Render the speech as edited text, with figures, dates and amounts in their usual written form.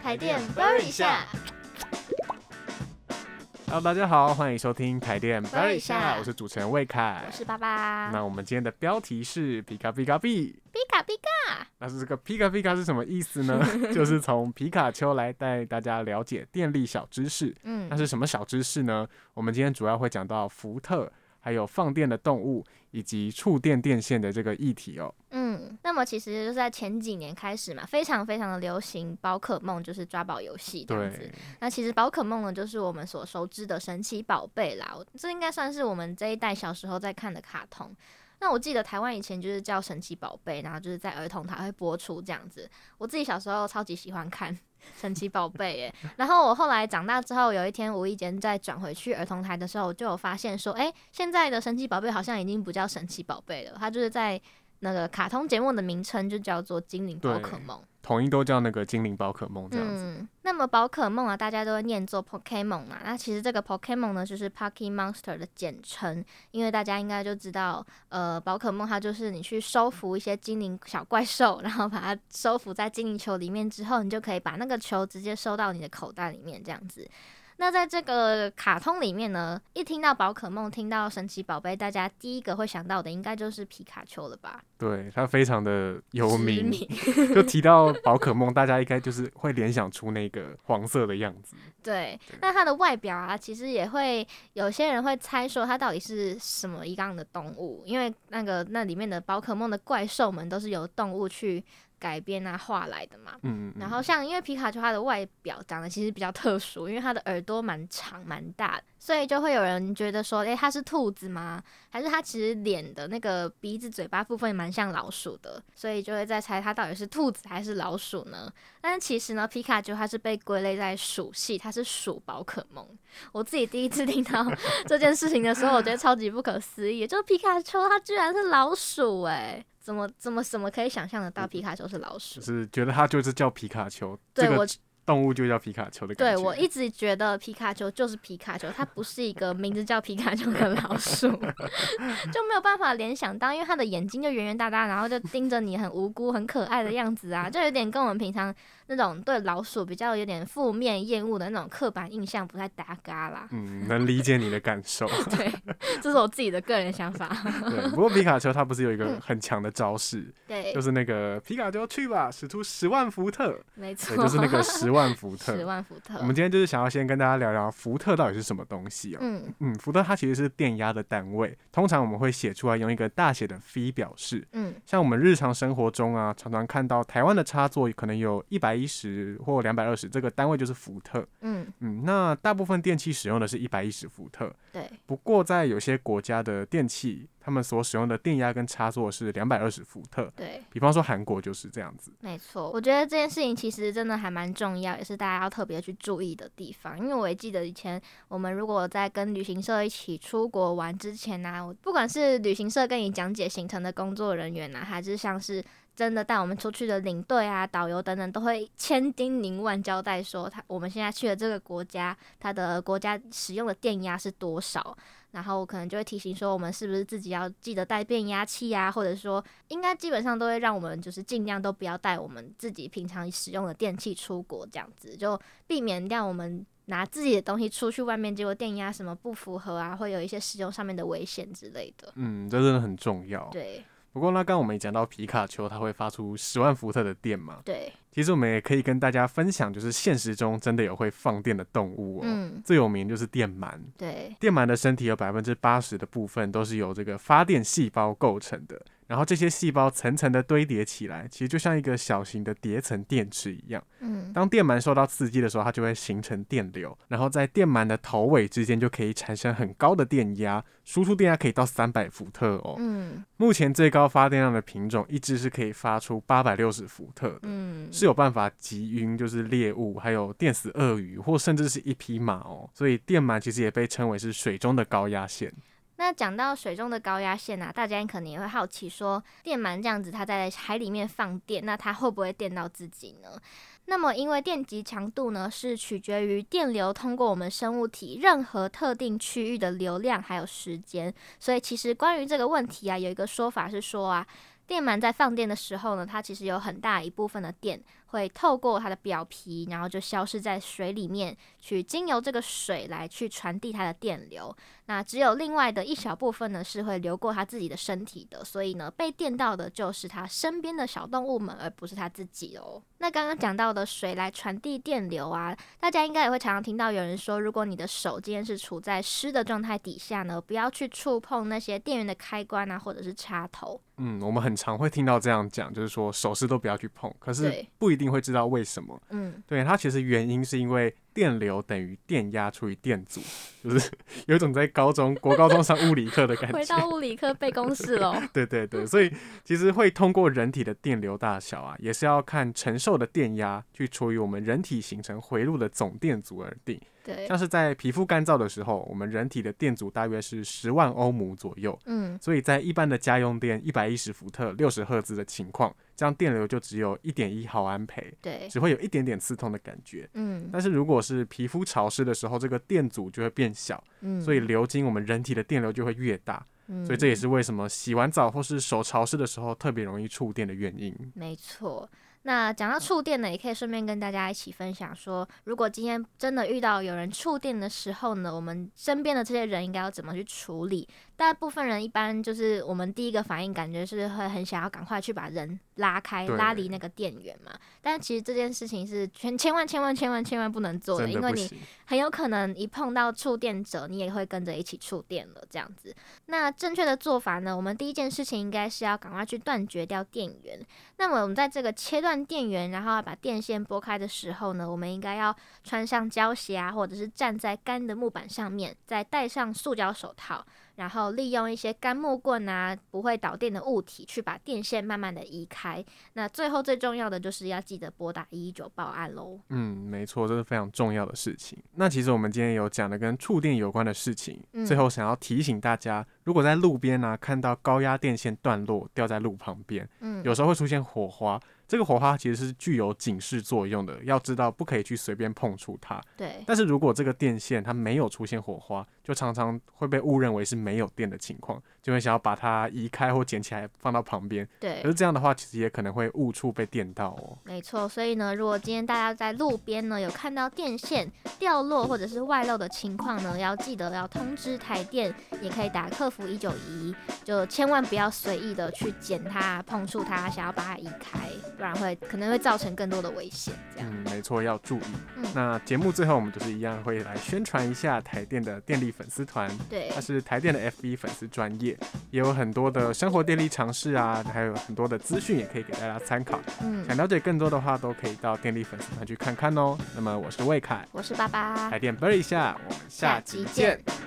台电 Burn 一下。 Hello， 大家好，欢迎收听台电 Burn 一下，我是主持人魏凯， 我是爸爸。 那我们今天的标题是皮卡皮卡币， 皮卡皮卡。 那这个皮卡皮卡是什么意思呢？就是从皮卡丘来带大家了解电力小知识。那是什么小知识呢？我们今天主要会讲到福特，还有放电的动物，以及触电电线的这个议题哦。 那么其实就是在前几年开始嘛，非常非常的流行宝可梦，就是抓宝游戏这样子。那其实宝可梦呢，就是我们所熟知的神奇宝贝啦，这应该算是我们这一代小时候在看的卡通。那我记得台湾以前就是叫神奇宝贝，然后就是在儿童台会播出这样子。我自己小时候超级喜欢看神奇宝贝耶，然后我后来长大之后，有一天无意间再转回去儿童台的时候，我就有发现说，现在的神奇宝贝好像已经不叫神奇宝贝了，它就是在那个卡通节目的名称就叫做精灵宝可梦， 统一都叫那个精灵宝可梦这样子。 那么宝可梦啊，大家都会念作 Pokémon 嘛，那其实这个 Pokémon 呢，就是 Pocky Monster 的简称，因为大家应该就知道，宝可梦它就是你去收服一些精灵小怪兽，然后把它收服在精灵球里面之后，你就可以把那个球直接收到你的口袋里面这样子。那在这个卡通里面呢，一听到宝可梦，听到神奇宝贝，大家第一个会想到的应该就是皮卡丘了吧？ 对，它非常的有名，就提到宝可梦，大家应该就是会联想出那个黄色的样子。 对，那它的外表啊，其实也会有些人会猜说它到底是什么一样的动物，因为那里面的宝可梦的怪兽们都是由动物去改编啊画来的嘛。然后因为皮卡丘它的外表长得其实比较特殊，因为它的耳朵蛮长蛮大的，所以就会有人觉得说，它是兔子吗？还是它其实脸的那个鼻子嘴巴部分蛮像老鼠的，所以就会在猜它到底是兔子还是老鼠呢？但是其实呢，皮卡丘它是被归类在鼠系，它是鼠宝可梦。我自己第一次听到这件事情的时候，我觉得超级不可思议，就是皮卡丘它居然是老鼠怎么可以想象得到皮卡丘是老鼠？ 就是觉得它就是叫皮卡丘， 对， 这个动物就叫皮卡丘的感觉。 对，我一直觉得皮卡丘就是皮卡丘，它不是一个名字叫皮卡丘的老鼠，就没有办法联想到，因为它的眼睛就圆圆大大，然后就盯着你很无辜很可爱的样子啊，就有点跟我们平常那种对老鼠比较有点负面厌恶的那种刻板印象不太搭嘎啦。 能理解你的感受。 对，这是我自己的个人想法。 对，不过皮卡丘它不是有一个很强的招式， 对， 就是那个皮卡丘去吧，使出10万伏特。 没错， 就是那个10万伏特。 10万伏特。 我们今天就是想要先跟大家聊聊伏特到底是什么东西伏特它其实是电压的单位，通常我们会写出来用一个大写的 V 表示。像我们日常生活中啊，常常看到台湾的插座可能有110或220，这个单位就是伏特。那大部分电器使用的是110伏特。 对。 不过在有些国家的电器，他们所使用的电压跟插座是220伏特。 对。 比方说韩国就是这样子。 没错，我觉得这件事情其实真的还蛮重要，也是大家要特别去注意的地方。因为我也记得以前我们如果在跟旅行社一起出国玩之前啊，不管是旅行社跟你讲解行程的工作人员啊，还是像是真的带我们出去的领队啊、导游等等，都会千叮咛万交代说，我们现在去的这个国家，它的国家使用的电压是多少。然后可能就会提醒说，我们是不是自己要记得带变压器啊，或者说应该基本上都会让我们就是尽量都不要带我们自己平常使用的电器出国，这样子就避免让我们拿自己的东西出去外面，结果电压什么不符合啊，会有一些使用上面的危险之类的。 这真的很重要。 对。 不过呢，刚刚我们也讲到皮卡丘它会发出10万伏特的电嘛。 对。 其实我们也可以跟大家分享，就是现实中真的有会放电的动物最有名就是电鳗。 对。 电鳗的身体有80%的部分都是由这个发电细胞构成的。然后这些细胞层层的堆叠起来，其实就像一个小型的叠层电池一样。当电鳗受到刺激的时候，它就会形成电流，然后在电鳗的头尾之间就可以产生很高的电压，输出电压可以到300伏特目前最高发电量的品种，一只是可以发出860伏特的，是有办法击晕就是猎物，还有电死鳄鱼，或甚至是一匹马所以电鳗其实也被称为是水中的高压线。 那讲到水中的高压线啊，大家可能也会好奇说，电鳗这样子它在海里面放电，那它会不会电到自己呢？那么因为电极强度呢是取决于电流通过我们生物体任何特定区域的流量还有时间，所以其实关于这个问题啊，有一个说法是说啊，电鳗在放电的时候呢，它其实有很大一部分的电会透过它的表皮，然后就消失在水里面，去经由这个水来去传递它的电流。那只有另外的一小部分呢是会流过它自己的身体的，所以呢被电到的就是它身边的小动物们，而不是它自己哦。那刚刚讲到的水来传递电流啊，大家应该也会常常听到有人说，如果你的手今天是处在湿的状态底下呢，不要去触碰那些电源的开关啊，或者是插头。 我们很常会听到这样讲，就是说手势都不要去碰，可是不一定会知道为什么。对，它其实原因是因为电流等于电压除以电阻，就是有一种在国高中上物理课的感觉。 回到物理课背公式咯。 对对对，所以其实会通过人体的电流大小啊，也是要看承受的电压去除以我们人体形成回路的总电阻而定。 对， 像是在皮肤干燥的时候，我们人体的电阻大约是10万欧姆左右。所以在一般的家用电110伏特60赫兹的情况，这样电流就只有1.1毫安培， 对， 只会有一点点刺痛的感觉。但是如果是皮肤潮湿的时候，这个电阻就会变小，所以流经我们人体的电流就会越大。所以这也是为什么洗完澡或是手潮湿的时候特别容易触电的原因。 没错。那讲到触电呢，也可以顺便跟大家一起分享说，如果今天真的遇到有人触电的时候呢，我们身边的这些人应该要怎么去处理？大部分人一般就是我们第一个反应感觉是会很想要赶快去把人拉开，拉离那个电源嘛。但其实这件事情是千万不能做的，因为你很有可能一碰到触电者，你也会跟着一起触电了这样子。那正确的做法呢，我们第一件事情应该是要赶快去断绝掉电源。那么我们在这个切断电源，然后要把电线拨开的时候呢，我们应该要穿上胶鞋啊，或者是站在干的木板上面，再戴上塑胶手套，然后利用一些干木棍啊，不会导电的物体去把电线慢慢的移开。那最后最重要的就是要记得拨打119报案咯。 没错，这是非常重要的事情。那其实我们今天有讲的跟触电有关的事情，最后想要提醒大家，如果在路边啊看到高压电线断落掉在路旁边，有时候会出现火花。这个火花其实是具有警示作用的，要知道不可以去随便碰触它。 对。但是如果这个电线它没有出现火花，就常常会被误认为是没有电的情况，就会想要把它移开或捡起来放到旁边。 对。 可是这样的话，其实也可能会误触被电到哦。 没错，所以呢，如果今天大家在路边呢有看到电线掉落或者是外漏的情况呢，要记得要通知台电，也可以打客服191，就千万不要随意的去捡它、碰触它，想要把它移开。不然可能会造成更多的危险。这样， 没错，要注意。那节目最后我们就是一样会来宣传一下台电的电力粉丝团， 对， 它是台电的 FB 粉丝专页，也有很多的生活电力常识啊，还有很多的资讯也可以给大家参考。想了解更多的话，都可以到电力粉丝团去看看哦。那么我是魏凯， 我是爸爸， 台电啵一下，我们下集见。